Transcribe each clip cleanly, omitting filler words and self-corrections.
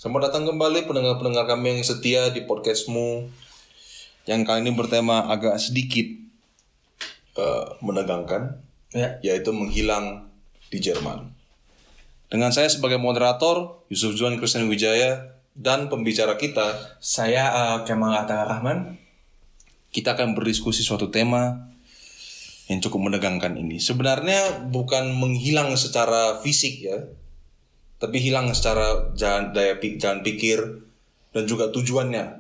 Selamat datang kembali pendengar-pendengar kami yang setia di podcastmu yang kali ini bertema agak sedikit menegangkan, yaitu menghilang di Jerman. Dengan saya sebagai moderator, Yusuf Juan Christian Wijaya, dan pembicara kita, saya Kemal Atta Rahman. Kita akan berdiskusi suatu tema yang cukup menegangkan ini. Sebenarnya bukan menghilang secara fisik ya, tapi hilang secara jalan pikir dan juga tujuannya.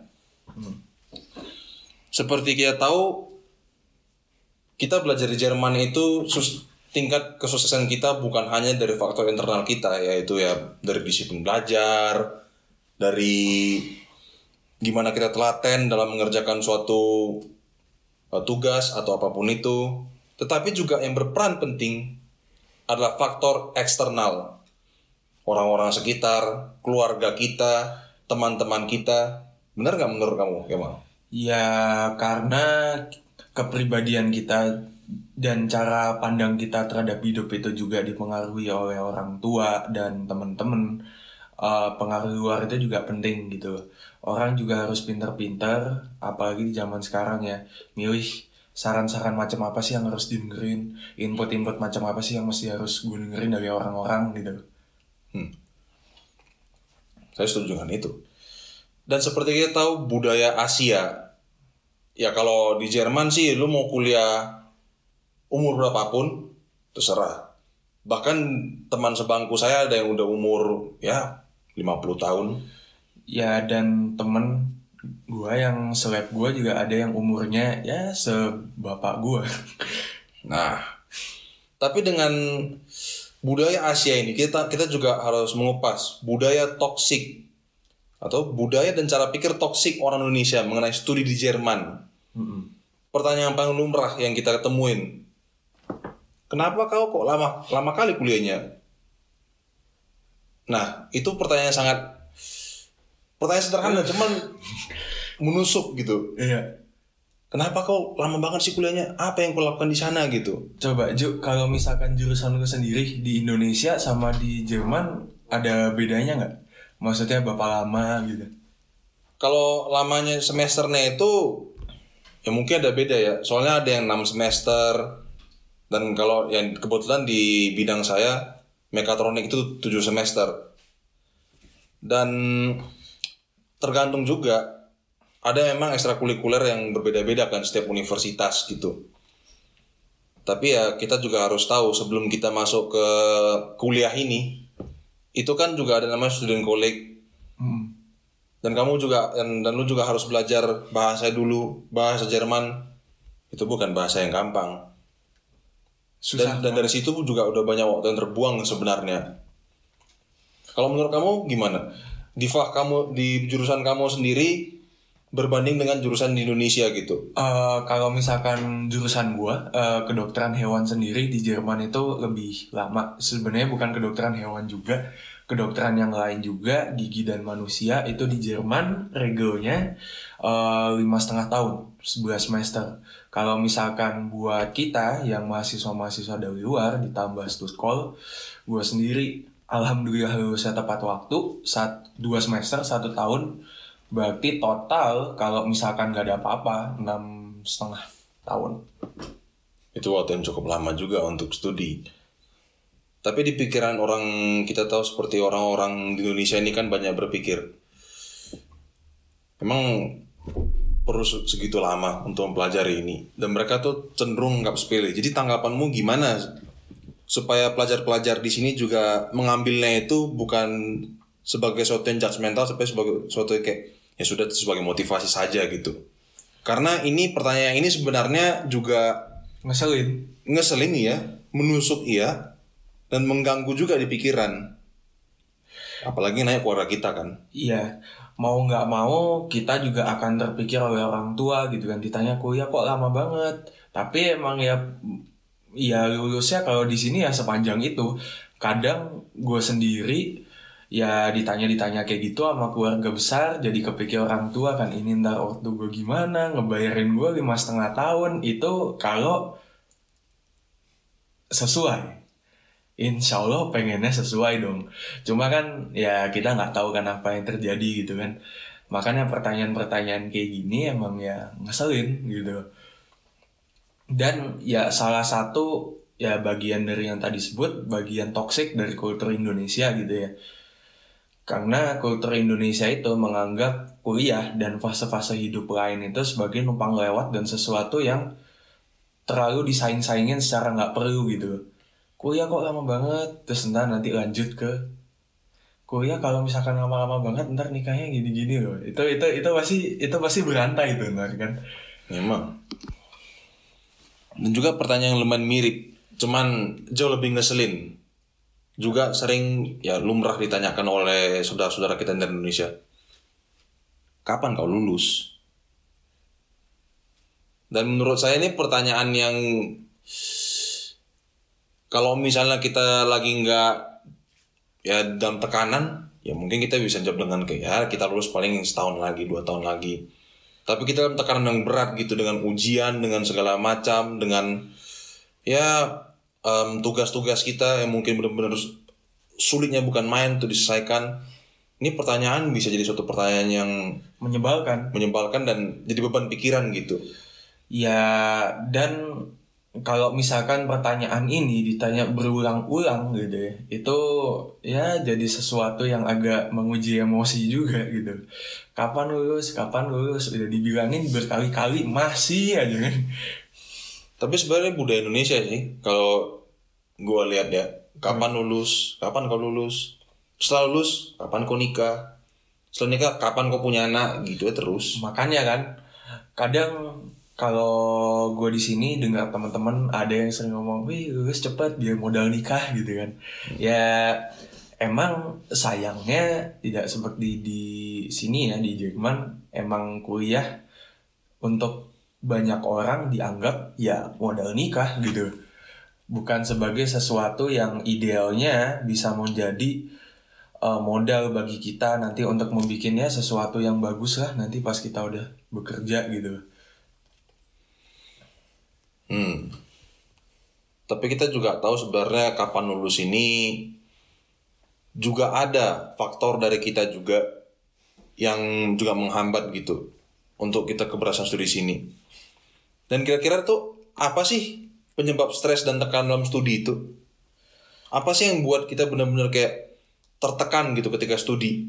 Seperti kita tahu, kita belajar di Jerman itu tingkat kesuksesan kita bukan hanya dari faktor internal kita, yaitu ya dari disiplin belajar, dari gimana kita telaten dalam mengerjakan suatu tugas atau apapun itu, tetapi juga yang berperan penting adalah faktor eksternal. Orang-orang sekitar, keluarga kita, teman-teman kita. Benar nggak menurut kamu, Kemal? Ya, karena kepribadian kita dan cara pandang kita terhadap hidup itu juga dipengaruhi oleh orang tua dan teman-teman. Pengaruh luar itu juga penting gitu. Orang juga harus pintar-pintar, apalagi di zaman sekarang ya, milih saran-saran macam apa sih yang harus didengerin, input-input macam apa sih yang mesti harus gue dengerin dari orang-orang gitu. Saya setuju dengan itu. Dan seperti kita tahu budaya Asia, ya kalau di Jerman sih lu mau kuliah umur berapapun terserah. Bahkan teman sebangku saya ada yang udah umur ya 50 tahun. Ya, dan temen gue yang seleb gue juga ada yang umurnya ya sebapak gue. Nah, tapi dengan budaya Asia ini kita juga harus mengupas budaya toksik atau budaya dan cara pikir toksik orang Indonesia mengenai studi di Jerman. Pertanyaan yang paling lumrah yang kita ketemuin, kenapa kau kok lama kali kuliahnya? Nah, itu pertanyaan sederhana cuman menusuk gitu. Iya. Kenapa kau lama banget sih kuliahnya? Apa yang kau lakukan di sana gitu? Coba Ju, kalau misalkan jurusan lu sendiri di Indonesia sama di Jerman ada bedanya nggak? Maksudnya berapa lama gitu? Kalau lamanya semesternya itu ya mungkin ada beda ya. Soalnya ada yang 6 semester. Dan kalau yang kebetulan di bidang saya mekatronik itu 7 semester. Dan tergantung juga, ada memang ekstrakurikuler yang berbeda-beda kan setiap universitas gitu. Tapi ya kita juga harus tahu sebelum kita masuk ke kuliah ini, itu kan juga ada namanya student colleague. Dan kamu juga dan lu juga harus belajar bahasa dulu, bahasa Jerman. Itu bukan bahasa yang gampang. Dan dari situ juga udah banyak waktu yang terbuang sebenarnya. Kalau menurut kamu gimana? Di jurusan kamu sendiri berbanding dengan jurusan di Indonesia gitu? Kalau misalkan jurusan gua, kedokteran hewan sendiri di Jerman itu lebih lama. Sebenarnya bukan kedokteran hewan juga, kedokteran yang lain juga, gigi dan manusia itu di Jerman regelnya 5,5 tahun, 11 semester. Kalau misalkan buat kita yang mahasiswa-mahasiswa dari luar ditambah stutkol, gua sendiri alhamdulillah lulusnya tepat waktu, 2 semester 1 tahun. Berarti total kalau misalkan gak ada apa-apa 6,5 tahun. Itu waktu yang cukup lama juga untuk studi. Tapi di pikiran orang, kita tahu seperti orang-orang di Indonesia ini kan banyak berpikir, emang perlu segitu lama untuk mempelajari ini. Dan mereka tuh cenderung nggak sepele. Jadi tanggapanmu gimana supaya pelajar-pelajar di sini juga mengambilnya itu bukan sebagai sesuatu yang judgmental, tapi sebagai sesuatu yang kayak ya sudah sebagai motivasi saja gitu. Karena ini pertanyaan ini sebenarnya juga ngeselin ya, menusuk iya, dan mengganggu juga di pikiran. Apalagi nanya keluarga kita kan. Iya, mau nggak mau kita juga akan terpikir oleh orang tua gitu kan. Ditanya kuliah kok lama banget. Tapi emang ya lulusnya kalau di sini ya sepanjang itu. Kadang gue sendiri ya ditanya kayak gitu sama keluarga besar, jadi kepikir orang tua kan, ini ntar waktu gue gimana ngebayarin gue 5,5 tahun itu kalau sesuai. Insya Allah pengennya sesuai dong. Cuma kan ya kita nggak tahu kan apa yang terjadi gitu kan. Makanya pertanyaan-pertanyaan kayak gini emang ya ngeselin gitu. Dan ya salah satu ya bagian dari yang tadi sebut, bagian toksik dari kultur Indonesia gitu ya. Karena kultur Indonesia itu menganggap kuliah dan fase-fase hidup lain itu sebagai numpang lewat dan sesuatu yang terlalu disaing-saingin secara nggak perlu gitu. Kuliah kok lama banget, terus ntar nanti lanjut ke kuliah kalau misalkan lama-lama banget ntar nikahnya gini-gini loh. Itu pasti berantai itu ntar kan. Memang. Dan juga pertanyaan yang lumayan mirip, cuman jauh lebih ngeselin. Juga sering ya lumrah ditanyakan oleh saudara-saudara kita di Indonesia. Kapan kau lulus? Dan menurut saya ini pertanyaan yang kalau misalnya kita lagi nggak ya dalam tekanan, ya mungkin kita bisa jawab dengan kayak ya kita lulus paling setahun lagi, 2 tahun lagi. Tapi kita dalam tekanan yang berat gitu, dengan ujian, dengan segala macam, dengan ya tugas-tugas kita yang mungkin benar-benar sulitnya bukan main untuk diselesaikan. Ini pertanyaan bisa jadi suatu pertanyaan yang menyebalkan dan jadi beban pikiran gitu. Ya, dan kalau misalkan pertanyaan ini ditanya berulang-ulang gitu ya, itu ya jadi sesuatu yang agak menguji emosi juga gitu. Kapan lulus? Udah dibilangin berkali-kali masih aja kan. Tapi sebenarnya budaya Indonesia sih, kalau gue lihat ya, kapan lulus? Kapan kau lulus? Setelah lulus, kapan kau nikah? Setelah nikah, kapan kau punya anak? Gitu ya terus. Makanya kan, kadang kalau gue di sini dengar teman-teman ada yang sering ngomong, wih lulus cepet biar modal nikah gitu kan. Ya emang sayangnya tidak seperti di sini ya, di Jerman emang kuliah untuk banyak orang dianggap ya modal nikah gitu. Bukan sebagai sesuatu yang idealnya bisa menjadi modal bagi kita nanti untuk membikinnya sesuatu yang bagus lah nanti pas kita udah bekerja gitu. Tapi kita juga tahu sebenarnya kapan lulus ini juga ada faktor dari kita juga yang juga menghambat gitu untuk kita keberhasilan studi sini. Dan kira-kira tuh apa sih penyebab stres dan tekanan dalam studi itu? Apa sih yang buat kita benar-benar kayak tertekan gitu ketika studi?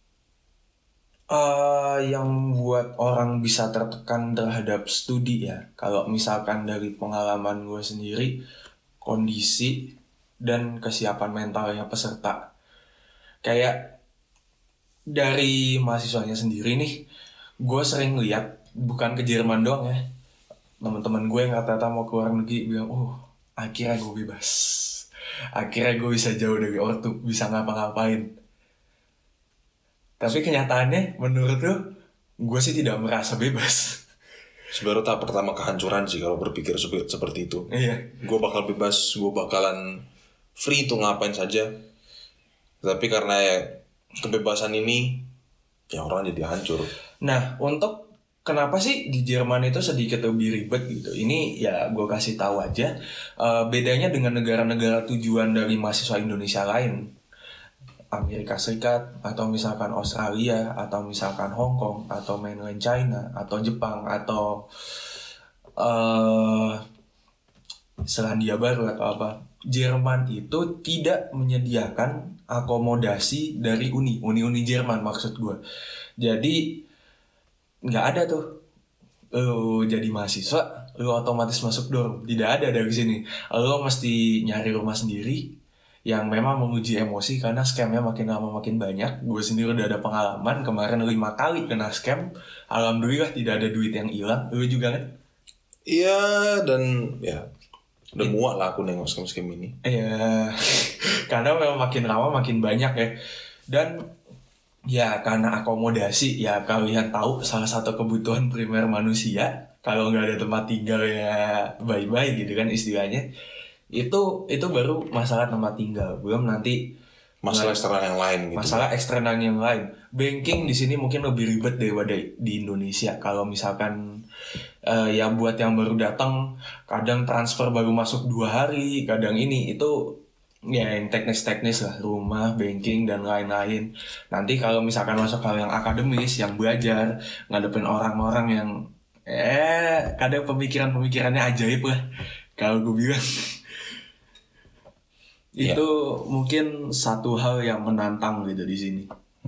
Yang buat orang bisa tertekan terhadap studi ya, kalau misalkan dari pengalaman gue sendiri, kondisi dan kesiapan mentalnya peserta. Kayak dari mahasiswanya sendiri nih, gue sering lihat, bukan ke Jerman doang ya, teman-teman gue yang rata-rata mau ke luar negeri bilang, akhirnya gue bebas, akhirnya gue bisa jauh dari ortu, bisa ngapa-ngapain. Tapi kenyataannya menurut lo, gue sih tidak merasa bebas. Sebenarnya tahap pertama kehancuran sih kalau berpikir seperti itu. Iya. Gue bakal bebas, gue bakalan free tuh ngapain saja. Tapi karena ya kebebasan ini, ya orang jadi hancur. Nah, untuk kenapa sih di Jerman itu sedikit lebih ribet gitu? Ini ya gue kasih tahu aja. Bedanya dengan negara-negara tujuan dari mahasiswa Indonesia lain. Amerika Serikat, atau misalkan Australia, atau misalkan Hong Kong, atau mainland China, atau Jepang, atau Selandia Baru atau apa. Jerman itu tidak menyediakan akomodasi dari uni Jerman maksud gue. Jadi nggak ada tuh lo jadi mahasiswa lo otomatis masuk dorm, tidak ada dari sini. Lo mesti nyari rumah sendiri yang memang menguji emosi karena scamnya makin lama makin banyak. Gue sendiri udah ada pengalaman kemarin 5 kali kena scam. Alhamdulillah tidak ada duit yang hilang. Lu juga kan? Iya, dan ya udah muak lah aku nengok scam-scam ini. Iya, karena memang makin lama makin banyak ya. Dan ya karena akomodasi, ya kalian tahu salah satu kebutuhan primer manusia, kalau nggak ada tempat tinggal ya bye-bye gitu kan istilahnya. Itu baru masalah tempat tinggal, belum nanti masalah eksternal yang lain gitu. Masalah eksternal yang lain. Banking di sini mungkin lebih ribet daripada di Indonesia. Kalau misalkan ya buat yang baru datang, kadang transfer baru masuk 2 hari, kadang ini itu Ya yang teknis-teknis lah, rumah, banking dan lain-lain. Nanti kalau misalkan masuk hal yang akademis, yang belajar, ngadepin orang-orang yang kadang pemikirannya ajaib lah kalau gue bilang. Ya. Itu mungkin satu hal yang menantang gitu di sini.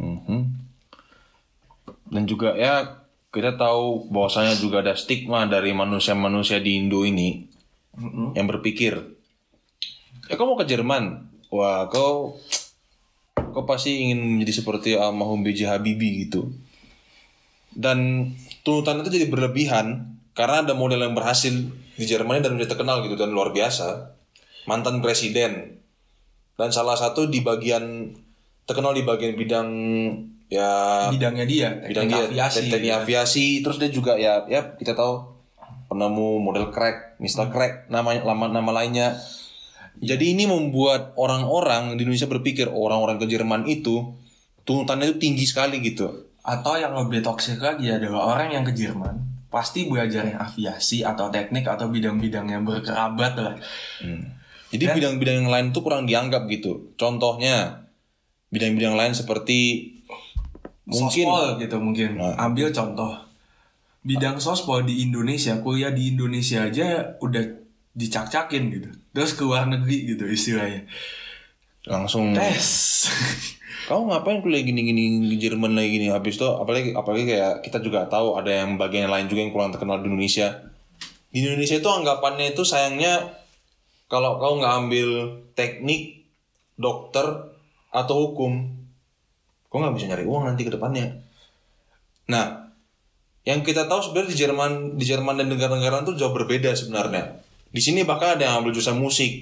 Dan juga ya kita tahu bahwasanya juga ada stigma dari manusia-manusia di Indo ini yang berpikir, ya kau mau ke Jerman, wah kau pasti ingin menjadi seperti almarhum B.J. Habibie gitu. Dan tuntutan itu jadi berlebihan karena ada model yang berhasil di Jerman dan udah terkenal gitu dan luar biasa, mantan presiden, dan salah satu di bagian terkenal di bagian bidang ya Bidangnya dia, teknik aviasi. teknik aviasi. Terus dia juga ya kita tahu penemu model crack, Mr. Crack nama lainnya. Jadi ini membuat orang-orang di Indonesia berpikir orang-orang ke Jerman itu tuntutannya itu tinggi sekali gitu. Atau yang lebih toksik lagi adalah orang yang ke Jerman pasti belajar yang aviasi atau teknik atau bidang-bidang yang berkerabat lah. Jadi bidang-bidang yang lain tuh kurang dianggap gitu. Contohnya bidang-bidang lain seperti mungkin sospol gitu mungkin. Ambil contoh bidang sospol di Indonesia, kuliah di Indonesia aja udah dicak-cakin gitu. Terus ke luar negeri gitu istilahnya. Langsung tes. Kau ngapain kuliah gini-gini di Jerman lagi gini? Habis itu apalagi kayak kita juga tahu ada yang bagian lain juga yang kurang terkenal di Indonesia. Di Indonesia itu anggapannya itu sayangnya kalau kau nggak ambil teknik, dokter atau hukum, kau nggak bisa nyari uang nanti ke depannya. Nah, yang kita tahu sebenarnya di Jerman dan negara-negara itu jauh berbeda sebenarnya. Di sini bahkan ada yang ambil jurusan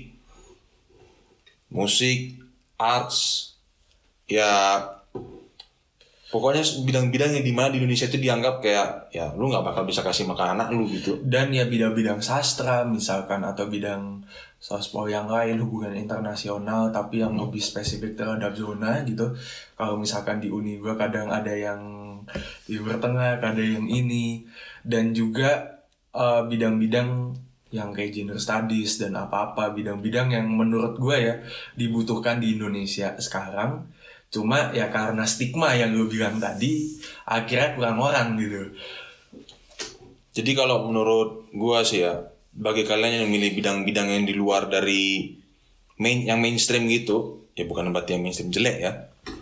musik, arts, ya pokoknya bidang-bidang yang dimana di Indonesia itu dianggap kayak ya lu nggak bakal bisa kasih makan anak lu gitu. Dan ya bidang-bidang sastra misalkan atau bidang sospol yang lain, hubungan internasional tapi yang lebih spesifik terhadap zona gitu. Kalau misalkan di uni gue kadang ada yang Timur Tengah, ada yang ini, dan juga bidang-bidang yang kayak gender studies dan apa-apa, bidang-bidang yang menurut gue ya dibutuhkan di Indonesia sekarang. Cuma ya karena stigma yang lu bilang tadi akhirnya kurang orang gitu. Jadi kalau menurut gue sih ya, bagi kalian yang milih bidang-bidang yang di luar dari yang mainstream gitu, ya bukan berarti yang mainstream jelek ya,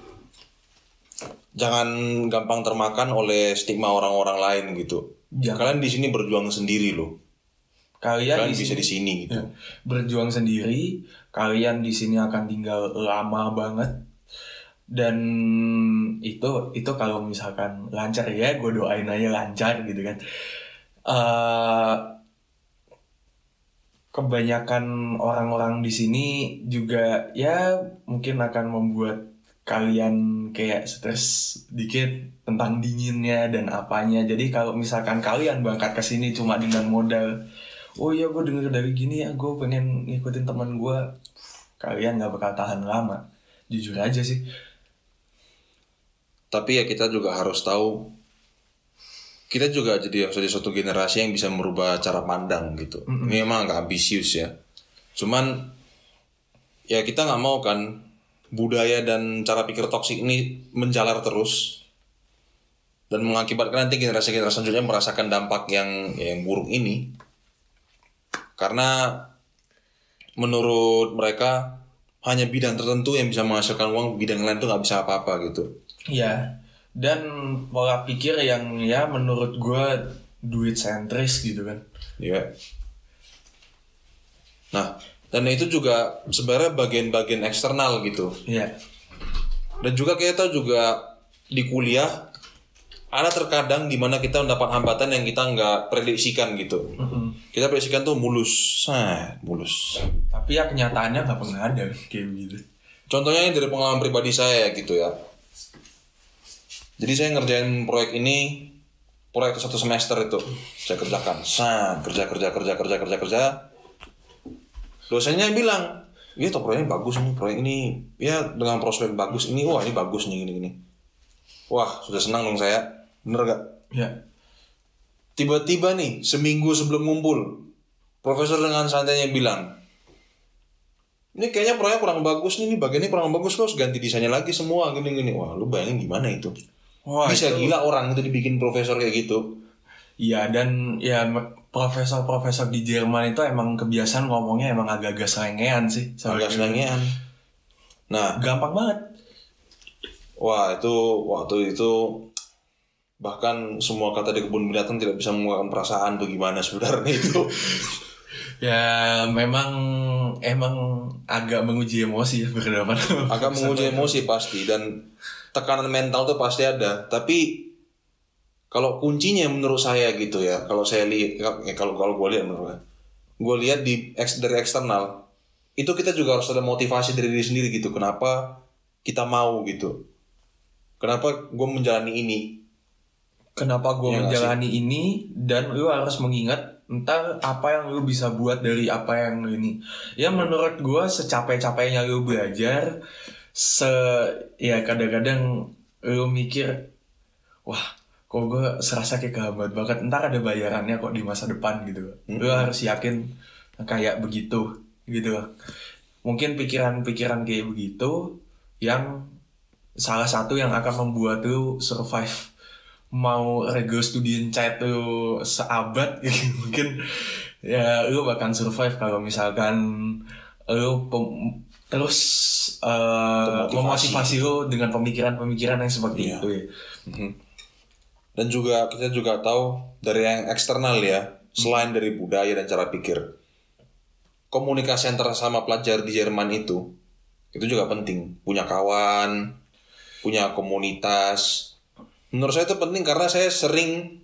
jangan gampang termakan oleh stigma orang-orang lain gitu. Kalian di sini berjuang sendiri loh. Kalian bisa di sini gitu. Ya, berjuang sendiri, kalian di sini akan tinggal lama banget. Dan itu kalau misalkan lancar ya, gue doain aja lancar gitu kan. Kebanyakan orang-orang di sini juga ya mungkin akan membuat kalian kayak stres dikit tentang dinginnya dan apanya. Jadi kalau misalkan kalian berangkat ke sini cuma dengan modal, oh iya gue denger dari gini ya, gue pengen ngikutin teman gue, kalian gak bakal tahan lama. Jujur aja sih. Tapi ya kita juga harus tahu, kita juga jadi suatu generasi yang bisa merubah cara pandang gitu. Ini emang agak ambisius ya. Cuman ya kita gak mau kan budaya dan cara pikir toksik ini menjalar terus dan mengakibatkan nanti generasi-generasi selanjutnya merasakan dampak yang buruk ini. Karena menurut mereka hanya bidang tertentu yang bisa menghasilkan uang, bidang lain tuh nggak bisa apa-apa gitu. Iya, dan pola pikir yang ya menurut gue duit sentris gitu kan. Iya. Nah, dan itu juga sebenarnya bagian-bagian eksternal gitu. Iya. Dan juga kita juga di kuliah ada terkadang di mana kita mendapat hambatan yang kita nggak prediksikan gitu. Kita prediksikan tuh mulus. Tapi ya kenyataannya nggak pernah ada kayak gitu. Contohnya ini dari pengalaman pribadi saya gitu ya. Jadi saya ngerjain proyek satu semester itu saya kerjakan. Kerja. Dosennya bilang, "Iya, toh proyeknya bagus nih, proyek ini ya dengan prospek bagus ini, wah ini bagus nih gini." Wah, sudah senang dong saya. Bener gak? Ya. Tiba-tiba nih, seminggu sebelum ngumpul, profesor dengan santainya bilang, Ini kayaknya proyek kurang bagus nih, bagiannya kurang bagus, lo harus ganti desainnya lagi semua gini. Wah, lu bayangin gimana itu? Wah, Bisa itu gila orang itu dibikin profesor kayak gitu. iya, dan ya profesor-profesor di Jerman itu emang kebiasaan ngomongnya emang agak-agak selengean sih. Agak selengean. Nah, gampang banget. wah itu waktu itu bahkan semua kata di kebun binatang tidak bisa mengungkapkan perasaan tuh gimana sebenarnya itu. Ya memang emang agak menguji emosi ya berhadapan. Agak menguji emosi pasti, dan tekanan mental tuh pasti ada. Tapi kalau kuncinya menurut saya gitu ya, kalau saya lihat, kalau gue lihat menurut gue lihat dari eksternal itu kita juga harus ada motivasi dari diri sendiri gitu. Kenapa kita mau gitu? Kenapa gue menjalani ini? Kenapa gue Iya nggak menjalani ini, dan lu harus mengingat entar apa yang lu bisa buat dari apa yang lu ini. Ya menurut gue secapek-capeknya lu belajar, ya kadang-kadang lu mikir, wah kok gue serasa kayak kehambat banget, entar ada bayarannya kok di masa depan gitu. Lu harus yakin kayak begitu gitu. Mungkin pikiran-pikiran kayak begitu yang salah satu yang akan membuat lu survive. Mau rego Studienzeit tuh seabad gitu, mungkin ya lu bakal survive kalau misalkan lu terus memotivasi lu dengan pemikiran-pemikiran yang seperti itu ya. Dan juga kita juga tahu dari yang eksternal ya, selain dari budaya dan cara pikir, komunikasi antara sama pelajar di Jerman itu juga penting. Punya kawan, punya komunitas. Menurut saya itu penting karena saya sering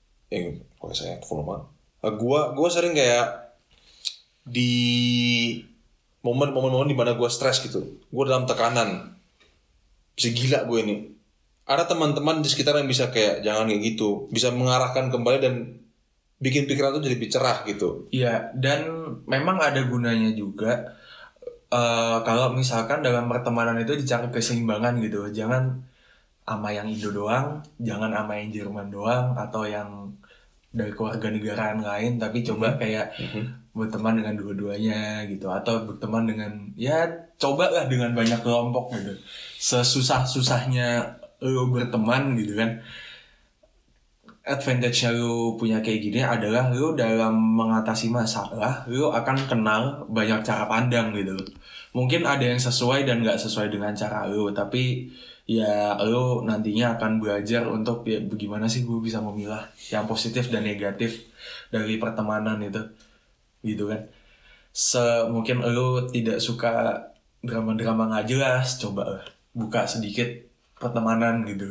gue sering kayak di momen-momen di mana gue stres gitu, gue dalam tekanan, bisa gila gue ini. Ada teman-teman di sekitar yang bisa kayak jangan kayak gitu, bisa mengarahkan kembali dan bikin pikiran tuh jadi lebih cerah gitu. Iya, dan memang ada gunanya juga kalau misalkan dalam pertemanan itu dicari keseimbangan gitu. Jangan sama yang Indo doang, jangan sama yang Jerman doang, atau yang dari keluarga negaraan lain, tapi coba kayak berteman dengan dua-duanya gitu, atau berteman dengan, ya cobalah dengan banyak kelompok gitu. Sesusah-susahnya lu berteman gitu kan, advantage-nya lu punya kayak gini adalah lu dalam mengatasi masalah, lu akan kenal banyak cara pandang gitu. Mungkin ada yang sesuai dan gak sesuai dengan cara lu, tapi ya lo nantinya akan belajar untuk ya bagaimana sih gue bisa memilah yang positif dan negatif dari pertemanan itu gitu kan. Mungkin lo tidak suka drama-drama gak jelas, coba buka sedikit pertemanan gitu.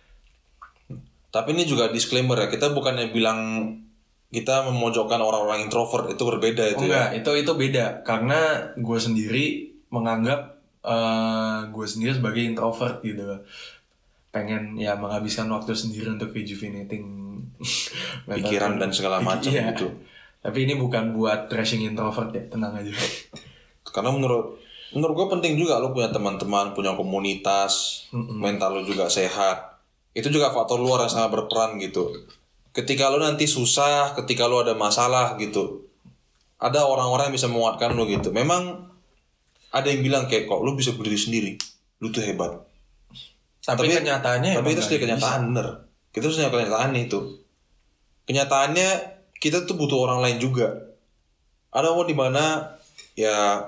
Tapi ini juga disclaimer ya, kita bukannya bilang kita memojokkan orang-orang introvert, itu berbeda itu. Enggak, itu beda karena gue sendiri menganggap gue sendiri sebagai introvert gitu, pengen ya menghabiskan waktu sendiri untuk rejuvenating pikiran dan segala macam gitu. Tapi ini bukan buat trashing introvert ya, tenang aja. Karena menurut gue penting juga lo punya teman-teman, punya komunitas, mental lo juga sehat. Itu juga faktor luar yang sangat berperan gitu. Ketika lo nanti susah, ketika lo ada masalah gitu, ada orang-orang yang bisa menguatkan lo gitu. Memang ada yang bilang kayak kok lu bisa berdiri sendiri, lu tuh hebat. Tapi kenyataannya itu sudah kenyataan bener. Kita harus punya kenyataan itu. Kenyataannya kita tuh butuh orang lain juga. Ada momen di mana ya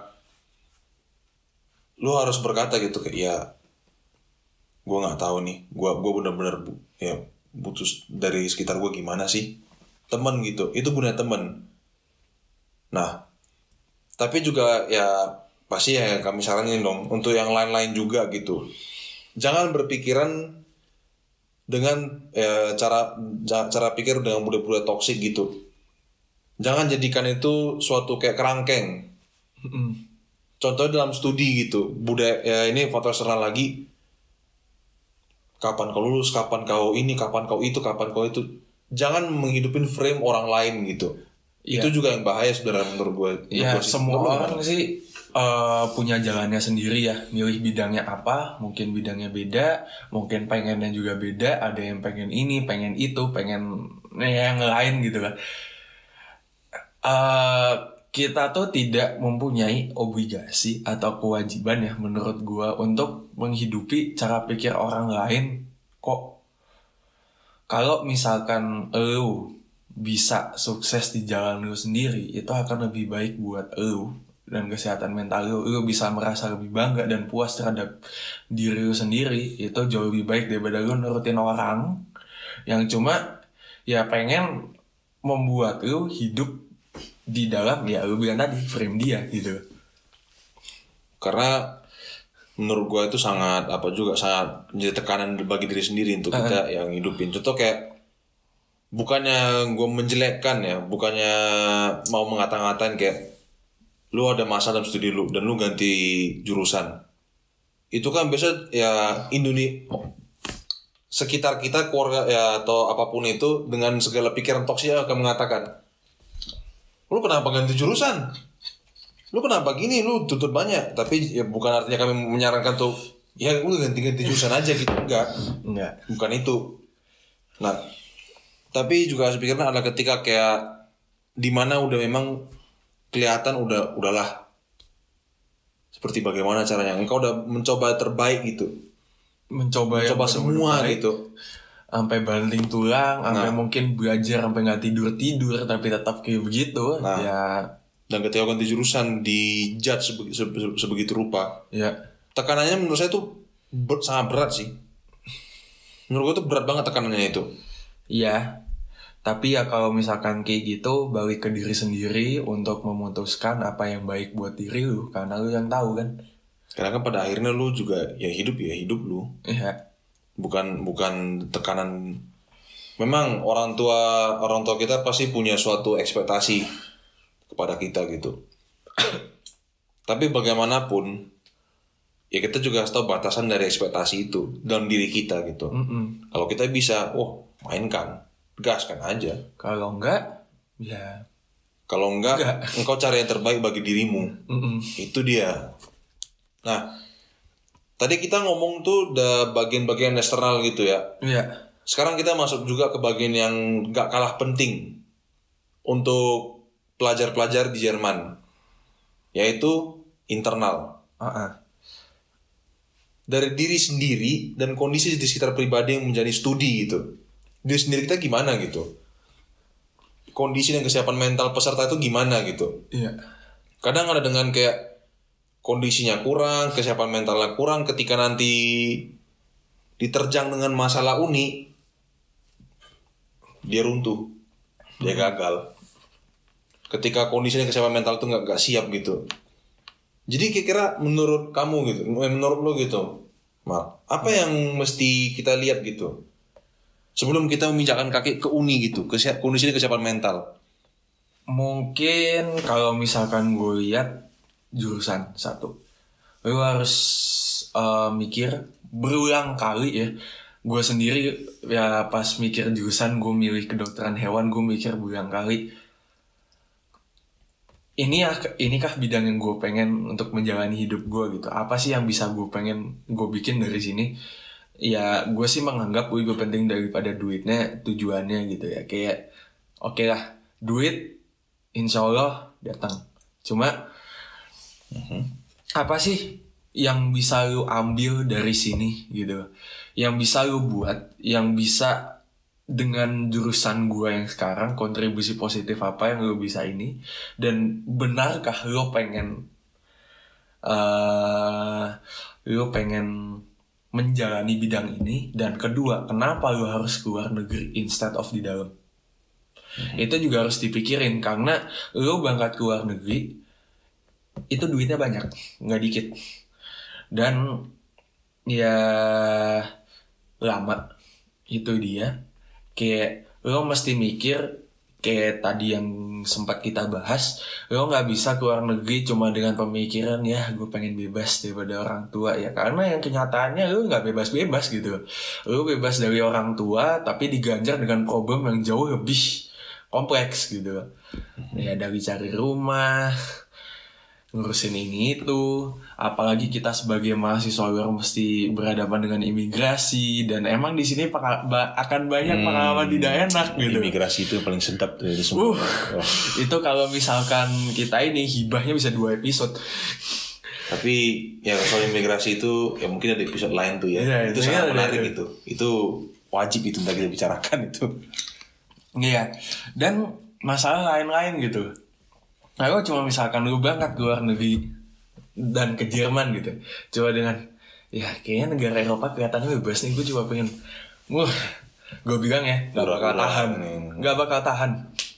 lu harus berkata gitu kayak ya gue nggak tahu nih, gue benar-benar ya butuh dari sekitar gue gimana sih, teman gitu. Itu guna teman. Nah, tapi juga ya pasti ya kami saranin dong untuk yang lain-lain juga gitu. Jangan berpikiran dengan cara pikir dengan budaya-budaya toksik gitu. Jangan jadikan itu suatu kayak kerangkeng. Contohnya dalam studi gitu, budaya ya ini faktor eksternal lagi. Kapan kau lulus, kapan kau ini, kapan kau itu, kapan kau itu. Jangan menghidupin frame orang lain gitu. Yeah. Itu juga yang bahaya sebenarnya menurut gue. Iya, semua orang sih punya jalannya sendiri ya, milih bidangnya apa, mungkin bidangnya beda, mungkin pengennya juga beda, ada yang pengen ini, pengen itu, pengen yang lain gitu kan. kita tuh tidak mempunyai obligasi atau kewajiban ya menurut gua untuk menghidupi cara pikir orang lain kok. Kalau misalkan lu bisa sukses di jalan lu sendiri, itu akan lebih baik buat lu dan kesehatan mental lu. Lu bisa merasa lebih bangga dan puas terhadap diri lu sendiri, itu jauh lebih baik daripada lu nurutin orang yang cuma ya pengen membuat lu hidup di dalam ya lu bilang tadi frame dia gitu. Karena menurut gue itu sangat sangat menjadi tekanan bagi diri sendiri untuk kita yang hidupin. Contoh kayak bukannya gue menjelekkan ya, bukannya mau ngata-ngatain kayak lu ada masalah dalam studi lu dan lu ganti jurusan. Itu kan biasa ya Indonesia sekitar kita, keluarga ya atau apapun itu dengan segala pikiran toksik akan mengatakan, lu kenapa ganti jurusan? Lu kenapa gini? Lu tuntut banyak. Tapi ya bukan artinya kami menyarankan tuh ya lu ganti jurusan aja gitu. Enggak. Bukan itu. Nah, tapi juga harus pikirkan adalah ketika kayak dimana udah memang kelihatan udahlah seperti bagaimana caranya. Engkau udah mencoba terbaik gitu. Mencoba semua gitu. Sampai banting tulang, sampai mungkin belajar sampai nggak tidur tapi tetap kayak begitu. Ya. Dan ketika ganti jurusan di judge sebegitu rupa. Ya. Tekanannya menurut saya itu sangat berat sih. Menurut gue tuh berat banget tekanannya itu. Iya. Tapi ya kalau misalkan kayak gitu, balik ke diri sendiri untuk memutuskan apa yang baik buat diri lu, karena lu yang tahu kan. Karena kan pada akhirnya lu juga ya hidup lu. Iya. Bukan tekanan. Memang orang tua kita pasti punya suatu ekspektasi kepada kita gitu. Tapi bagaimanapun ya kita juga harus tahu batasan dari ekspektasi itu dalam diri kita gitu. Kalau kita bisa, mainkan, gaskan aja. Kalau enggak, ya. Kalau enggak, engkau cari yang terbaik bagi dirimu. Itu dia. Nah, tadi kita ngomong tuh udah bagian-bagian eksternal gitu ya. Iya. Sekarang kita masuk juga ke bagian yang gak kalah penting untuk pelajar-pelajar di Jerman, yaitu internal. Dari diri sendiri dan kondisi di sekitar pribadi yang menjadi studi gitu. Diri sendiri kita gimana gitu. Kondisi dan kesiapan mental peserta itu gimana gitu. Iya. Kadang ada dengan kayak kondisinya kurang, kesiapan mentalnya kurang, ketika nanti diterjang dengan masalah uni, dia runtuh, dia gagal. Ketika kondisi dan kesiapan mental itu nggak siap gitu. Jadi kira-kira menurut kamu gitu, menurut lo gitu, Mal, apa yang mesti kita lihat gitu sebelum kita meminjakkan kaki ke uni gitu, kondisi dan kesiapan mental? Mungkin kalau misalkan gue lihat jurusan satu, lu harus mikir berulang kali ya. Gue sendiri ya pas mikir jurusan gue milih kedokteran hewan, gue mikir berulang kali, inikah bidang yang gue pengen untuk menjalani hidup gue gitu. Apa sih yang bisa gue pengen gue bikin dari sini? Ya gue sih menganggap gue penting daripada duitnya, tujuannya gitu ya. Kayak oke lah, duit insya Allah datang. Cuma apa sih yang bisa lu ambil dari sini gitu, yang bisa lu buat, yang bisa dengan jurusan gue yang sekarang kontribusi positif apa yang lu bisa ini, dan benarkah lu pengen menjalani bidang ini, dan kedua kenapa lu harus keluar negeri instead of di dalam. Itu juga harus dipikirin, karena lu berangkat keluar negeri itu duitnya banyak, nggak dikit, dan ya lama. Itu dia, kayak lo mesti mikir kayak tadi yang sempat kita bahas, lo nggak bisa keluar negeri cuma dengan pemikiran ya gue pengen bebas daripada orang tua ya, karena yang kenyataannya lo nggak bebas-bebas gitu. Lo bebas dari orang tua tapi diganjar dengan problem yang jauh lebih kompleks gitu ya, dari cari rumah, ngurusin ini itu, apalagi kita sebagai mahasiswa luar mesti berhadapan dengan imigrasi, dan emang di sini akan banyak pengalaman tidak enak gitu. Imigrasi itu paling sedap dari semua. Itu kalau misalkan kita ini hibahnya bisa 2 episode. Tapi ya soal imigrasi itu ya mungkin ada episode lain tuh ya. Itu sangat menarik itu. Itu wajib itu untuk kita bicarakan itu. Iya. Dan masalah lain-lain gitu. Aku cuma misalkan lu berangkat ke luar negeri dan ke Jerman gitu. Coba dengan ya kayaknya negara Eropa kelihatannya bebas nih. Gue cuma pengen gue bilang ya gak bakal tahan.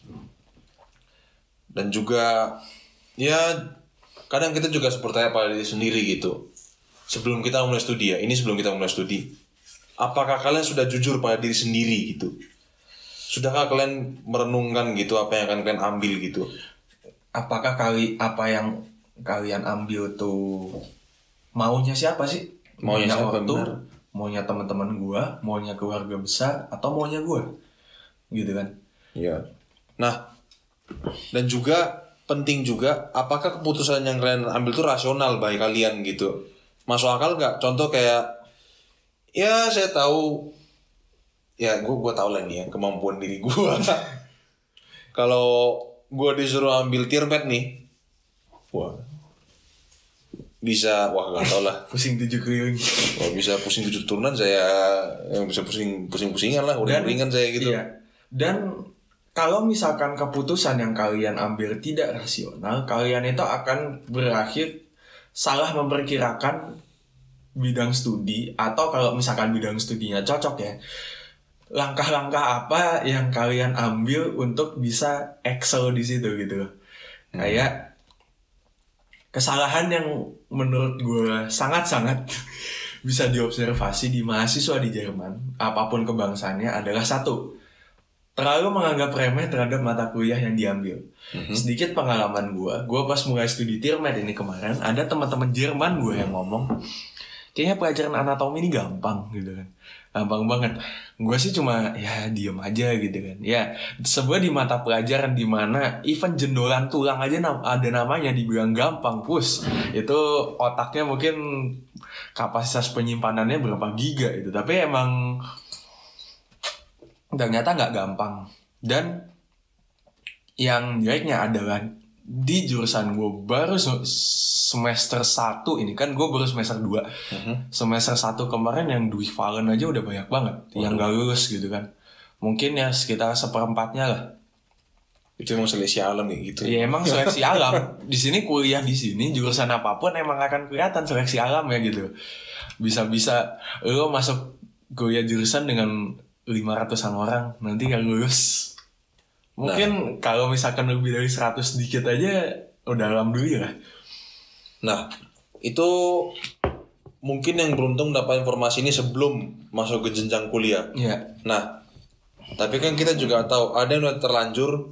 Dan juga ya kadang kita juga percaya pada diri sendiri gitu. Sebelum kita mulai studi ya, ini sebelum kita mulai studi, apakah kalian sudah jujur pada diri sendiri gitu? Sudahkah kalian merenungkan gitu apa yang akan kalian ambil gitu? Apakah apa yang kalian ambil tuh maunya siapa sih? Maunya siapa, benar? Maunya teman-teman gue, maunya keluarga besar, atau maunya gue? Gitu kan? Iya. Nah, dan juga penting juga apakah keputusan yang kalian ambil itu rasional bagi kalian gitu? Masuk akal gak? Contoh kayak ya saya tahu ya gue tahu lah nih ya kemampuan diri gue. Kalau gue disuruh ambil TIRMED nih, bisa gak tau lah. Pusing 7 keliling. Bisa pusing 7 turunan saya bisa pusing-pusingan lah. Udah ringan saya gitu. Iya. Dan kalau misalkan keputusan yang kalian ambil tidak rasional, kalian itu akan berakhir salah memperkirakan bidang studi, atau kalau misalkan bidang studinya cocok ya, langkah-langkah apa yang kalian ambil untuk bisa excel di situ gitu. Kayak kesalahan yang menurut gue sangat-sangat bisa diobservasi di mahasiswa di Jerman, apapun kebangsaannya, adalah satu, terlalu menganggap remeh terhadap mata kuliah yang diambil. Sedikit pengalaman gue pas mulai studi TIRMED ini kemarin, ada teman-teman Jerman gue yang ngomong, kayaknya pelajaran anatomi ini gampang gitu kan. Gampang banget. Gue sih cuma ya diem aja gitu kan. Ya sebuah di mata pelajaran di mana even jendolan tulang aja ada namanya dibilang gampang, itu otaknya mungkin kapasitas penyimpanannya berapa giga itu. Tapi emang ternyata nggak gampang. Dan yang jeleknya adalah di jurusan gue baru semester 1 ini kan, gue baru semester 2. Semester 1 kemarin yang Dwi Valen aja udah banyak banget yang gak lulus gitu kan. Mungkin ya sekitar 1/4 lah. Itu emang seleksi alam nih gitu. Iya emang seleksi alam. Di sini kuliah di sini jurusan apapun emang akan kelihatan seleksi alam ya gitu. Bisa-bisa lo masuk kuliah jurusan dengan 500-an orang nanti gak lulus. Mungkin kalau misalkan lebih dari 100 sedikit aja udah alhamdulillah. Nah, itu mungkin yang beruntung dapat informasi ini sebelum masuk ke jenjang kuliah. Iya. Nah, tapi kan kita juga tahu ada yang udah terlanjur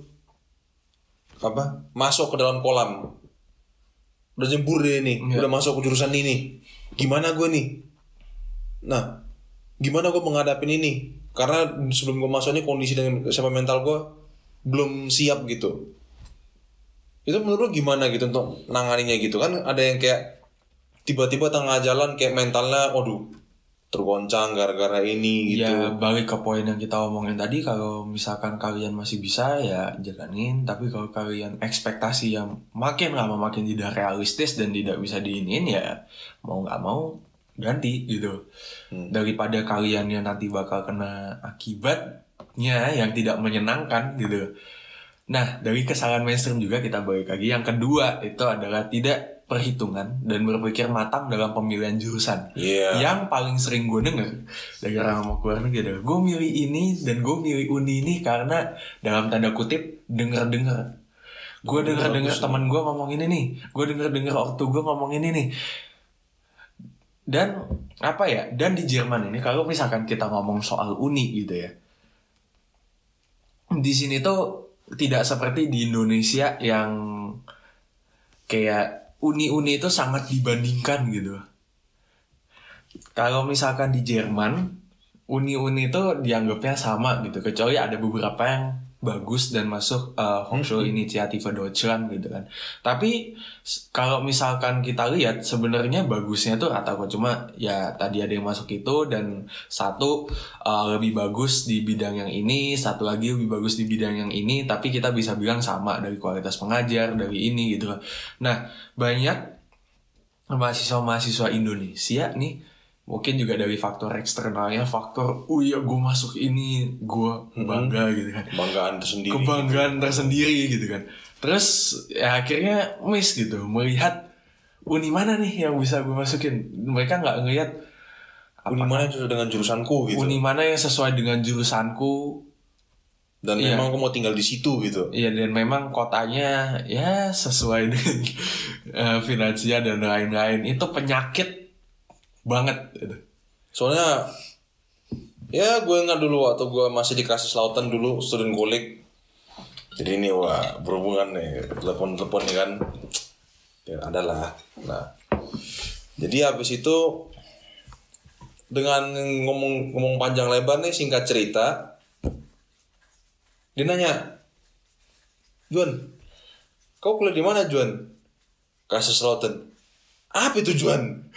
masuk ke dalam kolam. Udah jembur deh nih, udah masuk ke jurusan ini. Gimana gue nih? Nah, gimana gue menghadapin ini? Karena sebelum gue masuk ini kondisi dan siapa mental gue belum siap gitu. Itu menurut lu gimana gitu untuk nanganinya gitu kan? Ada yang kayak tiba-tiba tengah jalan kayak mentalnya tergoncang gara-gara ini gitu. Ya balik ke poin yang kita omongin tadi, kalau misalkan kalian masih bisa ya jalanin, tapi kalau kalian ekspektasi yang makin lama makin tidak realistis dan tidak bisa diinin, ya mau nggak mau ganti gitu. Daripada kalian yang nanti bakal kena akibatnya yang tidak menyenangkan gitu. Nah, dari kesalahan mainstream juga kita balik lagi. Yang kedua itu adalah tidak perhitungan dan berpikir matang dalam pemilihan jurusan. Yang paling sering gue denger dari orang mau keluar negeri adalah gue milih ini dan gue milih uni ini karena dalam tanda kutip denger-denger. Gue denger-denger teman gue ngomong ini nih, gue denger-denger ortu gue ngomong ini nih. Dan dan di Jerman ini kalau misalkan kita ngomong soal uni gitu ya, di sini tuh tidak seperti di Indonesia yang kayak uni-uni itu sangat dibandingkan gitu. Kalau misalkan di Jerman, uni-uni itu dianggapnya sama gitu, kecuali ada beberapa yang bagus dan masuk Hochschulinitiative Deutschland gitu kan. Tapi kalau misalkan kita lihat sebenarnya bagusnya tuh rata kok, cuma ya tadi ada yang masuk itu dan satu lebih bagus di bidang yang ini, satu lagi lebih bagus di bidang yang ini, tapi kita bisa bilang sama dari kualitas pengajar, dari ini gitu kan. Nah, banyak mahasiswa-mahasiswa Indonesia nih mungkin juga dari faktor eksternalnya, faktor iya gue masuk ini gue bangga gitu kan, kebanggaan tersendiri gitu kan. Terus ya akhirnya miss gitu melihat uni mana nih yang bisa gue masukin. Mereka nggak ngelihat uni mana yang sesuai dengan jurusanku gitu, uni mana yang sesuai dengan jurusanku dan memang aku mau tinggal di situ gitu. Iya, dan memang kotanya ya sesuai dengan finansial dan lain-lain. Itu penyakit banget gitu. Soalnya ya gue ingat dulu waktu gue masih di Kaiserslautern dulu, student kolik. Jadi ini wah berhubungan nih, telepon nih kan ya, adalah. Nah jadi habis itu dengan ngomong panjang lebar nih, singkat cerita, dia nanya, Juan, kau kuliah di mana Juan? Kaiserslautern. Apa itu Juan?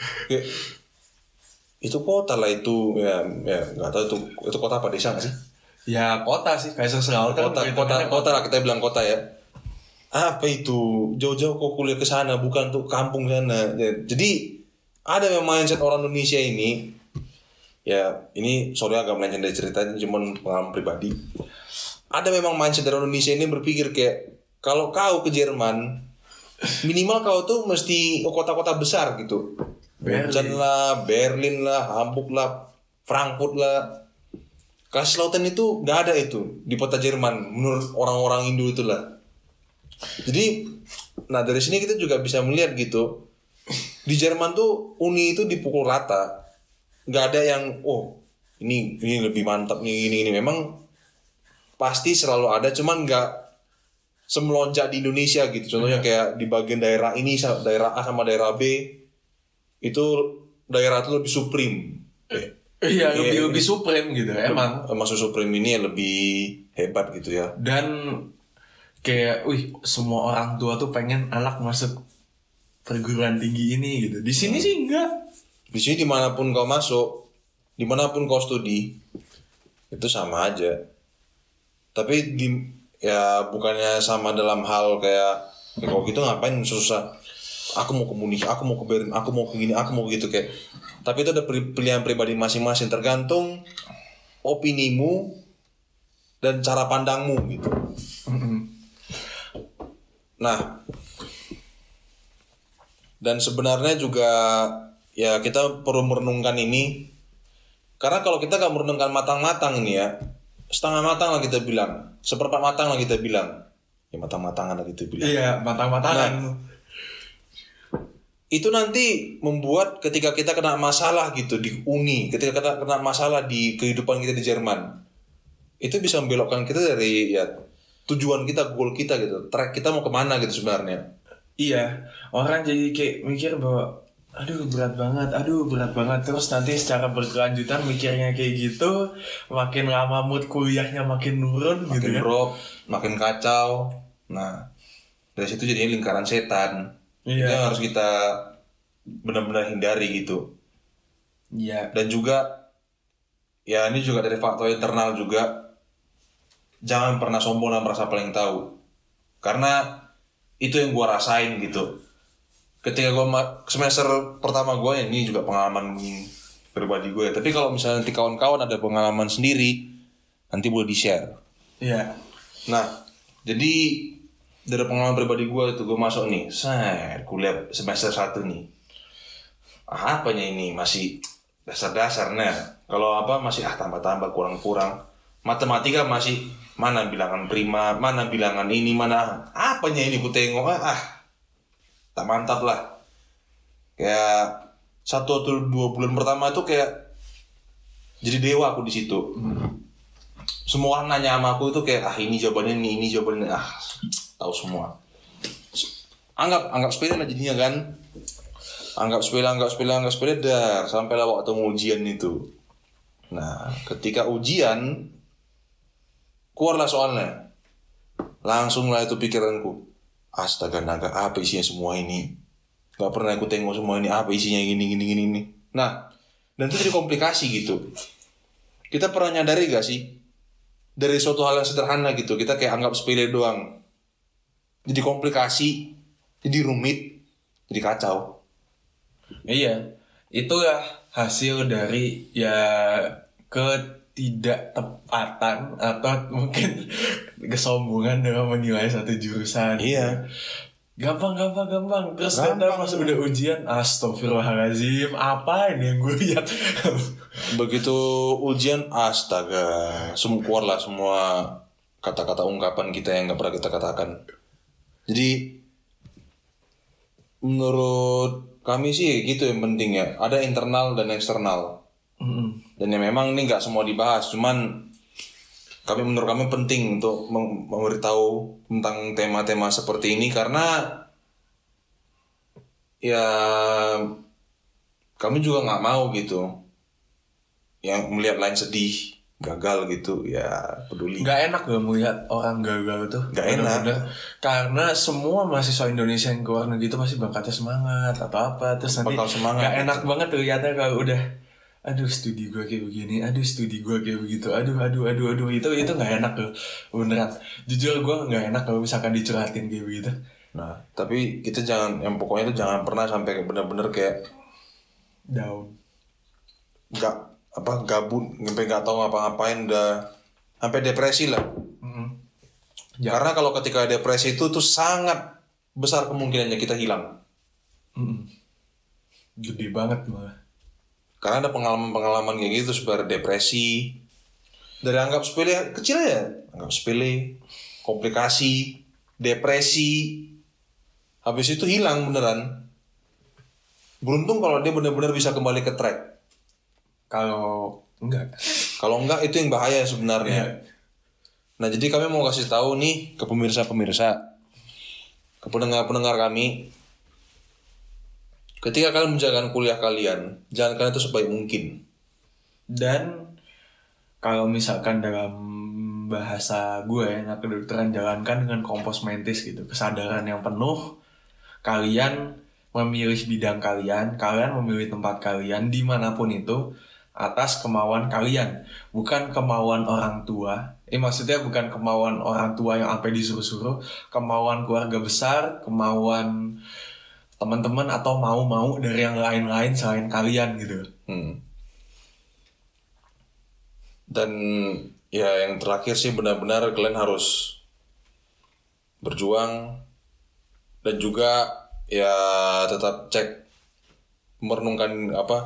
Itu kota lah itu, ya nggak tahu itu kota apa, desa nggak sih? Ya kota sih, Kaiserslautern. Kota lah, kita bilang kota ya. Apa itu, jauh-jauh kok kuliah ke sana, bukan tuh kampung sana. Jadi ada memang mindset orang Indonesia ini. Ya ini sorry agak melenceng dari ceritanya, cuman pengalaman pribadi. Ada memang mindset dari orang Indonesia ini berpikir kayak kalau kau ke Jerman, minimal kau tuh mesti ke kota-kota besar gitu. Berlin lah, Berlin lah, Hamburg lah, Frankfurt lah. Kaiserslautern itu gak ada itu di kota Jerman menurut orang-orang Indo itulah. Jadi, nah dari sini kita juga bisa melihat gitu, di Jerman tuh uni itu dipukul rata. Gak ada yang ini lebih mantap nih, ini memang pasti selalu ada, cuman gak semelonjak di Indonesia gitu. Contohnya kayak di bagian daerah ini, daerah A sama daerah B, itu daerah itu lebih supreme. Iya, lebih supreme gitu emang. Maksud supreme ini lebih hebat gitu ya. Dan kayak semua orang tua tuh pengen anak masuk perguruan tinggi ini gitu. Di sini sih enggak. Di sini dimanapun kau masuk, dimanapun kau studi, itu sama aja. Tapi ya bukannya sama dalam hal kayak kalau gitu ngapain susah. Aku mau ke Munich, aku mau ke Berlin, aku mau ke gini, aku mau gitu kayak. Tapi itu ada pilihan pribadi masing-masing, tergantung opinimu dan cara pandangmu gitu. Nah, dan sebenarnya juga ya kita perlu merenungkan ini, karena kalau kita gak merenungkan matang-matang ini ya, setengah matang lah kita bilang, seperempat matang lah kita bilang, ya matang-matangan lah kita bilang. Iya, matang-matangan. Nah, itu nanti membuat ketika kita kena masalah gitu di uni, ketika kita kena masalah di kehidupan kita di Jerman, itu bisa membelokkan kita dari ya tujuan kita, goal kita gitu, track kita mau kemana gitu sebenarnya. Iya, orang jadi kayak mikir bahwa aduh berat banget, terus nanti secara berkelanjutan mikirnya kayak gitu, makin lama mood kuliahnya makin nurun, makin gitu kan, drop, makin kacau. Nah dari situ jadinya lingkaran setan. Iya. Itu yang harus kita benar-benar hindari gitu. Iya. Dan juga ya ini juga dari faktor internal juga, jangan pernah sombong dan merasa paling tahu, karena itu yang gue rasain gitu. Ketika gue semester pertama gue, ini juga pengalaman pribadi gue. Tapi kalau misalnya nanti kawan-kawan ada pengalaman sendiri, nanti boleh di-share. Iya. Nah, jadi dari pengalaman pribadi gue itu, gue masuk nih, kuliah semester 1 nih. Apanya ini masih dasar-dasar, nah kalau apa masih tambah-tambah kurang-kurang. Matematika masih mana bilangan prima, mana bilangan ini, mana apanya ini ku tengok tak mantap lah. Kayak 1 atau 2 bulan pertama itu kayak jadi dewa aku di situ. Semua orang nanya sama aku itu kayak ini jawabannya ini jawabannya tahu semua. Anggap sepele lah jadinya kan. Anggap sepele dar sampailah waktu ujian itu. Nah, ketika ujian keluarlah soalnya. Langsung lah itu pikiranku. Astaga naga, apa isinya semua ini? Gak pernah aku tengok semua ini, apa isinya gini. Nah, dan itu jadi komplikasi gitu. Kita pernah nyadari gak sih? Dari suatu hal yang sederhana gitu, kita kayak anggap sepele doang. Jadi komplikasi, jadi rumit, jadi kacau. Iya, itu ya hasil dari ya ketidaktepatan atau mungkin kesombongan dalam menilai satu jurusan. Iya. Gampang. Terus ternyata pas udah ujian, astagfirullahaladzim, apa ini yang gue lihat? Begitu ujian, astaga, keluarlah semua kata-kata ungkapan kita yang gak pernah kita katakan. Jadi menurut kami sih gitu yang penting ya. Ada internal dan eksternal. Dan ya memang ini gak semua dibahas, cuman menurut kami penting untuk memberitahu tentang tema-tema seperti ini karena ya kami juga nggak mau gitu yang melihat lain sedih, gagal gitu, ya peduli. Gak enak loh melihat orang gagal tuh. Gak enak. Karena semua mahasiswa Indonesia yang ke luar negeri itu pasti berangkatnya semangat atau apa, terus nanti gak enak banget tuh lihatnya kalau udah aduh studi gue kayak begini, aduh studi gue kayak begitu, aduh itu nggak enak loh beneran. Jujur gue nggak enak kalau misalkan dicurhatin kayak begitu. Nah tapi kita jangan, yang pokoknya itu jangan pernah sampai bener-bener kayak down, gabut sampai nggak tahu ngapa-ngapain, udah sampai depresi lah. Karena kalau ketika depresi itu tuh sangat besar kemungkinannya kita hilang. Gede banget malah. Karena ada pengalaman kayak gitu, sebar depresi. Dari anggap sepele, kecil ya. Anggap sepele, komplikasi, depresi. Habis itu hilang beneran. Beruntung kalau dia benar-benar bisa kembali ke track. Kalau enggak itu yang bahaya sebenarnya. Yeah. Nah jadi kami mau kasih tahu nih ke pemirsa-pemirsa, ke pendengar-pendengar kami. Ketika kalian menjalankan kuliah kalian, jalankan itu sebaik mungkin. Dan kalau misalkan dalam bahasa gue ya, anak kedokteran, jalankan dengan kompos mentis gitu. Kesadaran yang penuh. Kalian memilih bidang kalian memilih tempat kalian dimanapun itu atas kemauan kalian. Bukan kemauan orang tua. Maksudnya bukan kemauan orang tua yang sampai disuruh-suruh. Kemauan keluarga besar, kemauan teman-teman atau mau dari yang lain-lain selain kalian gitu. Dan ya yang terakhir sih benar-benar kalian harus berjuang dan juga ya tetap cek merenungkan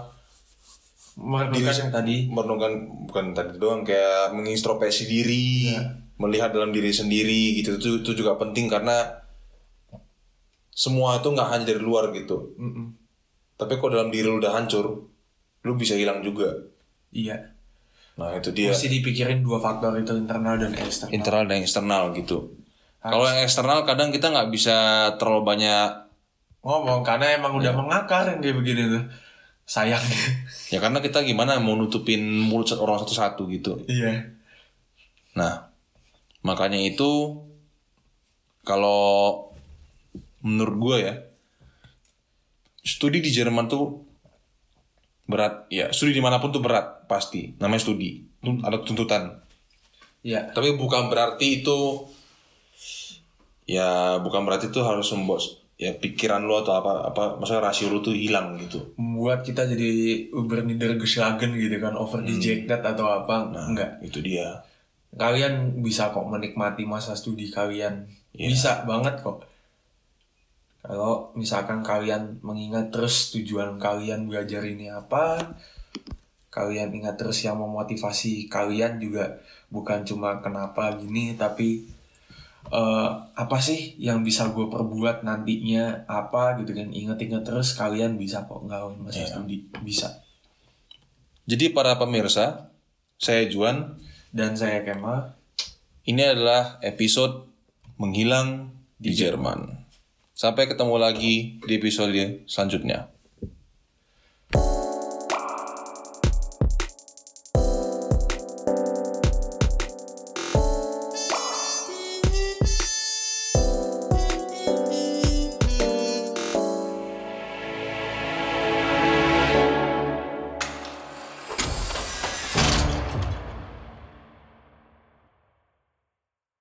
yang tadi. Merenungkan bukan tadi doang, kayak mengintrospeksi diri, melihat dalam diri sendiri gitu. Itu juga penting karena semua itu nggak hanya dari luar gitu. Tapi kok dalam diri lu udah hancur, lu bisa hilang juga. Iya. Nah itu dia. Mesti dipikirin dua faktor itu, internal dan eksternal. Internal dan eksternal gitu. Kalau yang eksternal kadang kita nggak bisa terlalu banyak ngomong karena emang udah mengakar yang kayak begini tuh. Sayangnya. Ya karena kita gimana mau nutupin mulut orang satu-satu gitu. Iya. Nah makanya itu kalau menurut gue ya, studi di Jerman tuh berat. Ya, studi dimanapun tuh berat, pasti. Namanya studi, ada tuntutan. Ya. Tapi bukan berarti itu harus membuat ya pikiran lo atau apa maksudnya rasio lo tuh hilang gitu. Membuat kita jadi überniedergeschlagen gitu kan, overdejected atau apa. Nah, enggak. Itu dia. Kalian bisa kok menikmati masa studi kalian. Yeah. Bisa banget kok. Kalau misalkan kalian mengingat terus tujuan kalian belajar ini apa, kalian ingat terus yang memotivasi kalian juga bukan cuma kenapa gini, tapi apa sih yang bisa gue perbuat nantinya apa gitu kan. Ingat-ingat terus, kalian bisa kok ngelakuin masa studi, bisa. Jadi para pemirsa, saya Juan dan saya Kemal. Ini adalah episode Menghilang di Jerman. Sampai ketemu lagi di episode selanjutnya.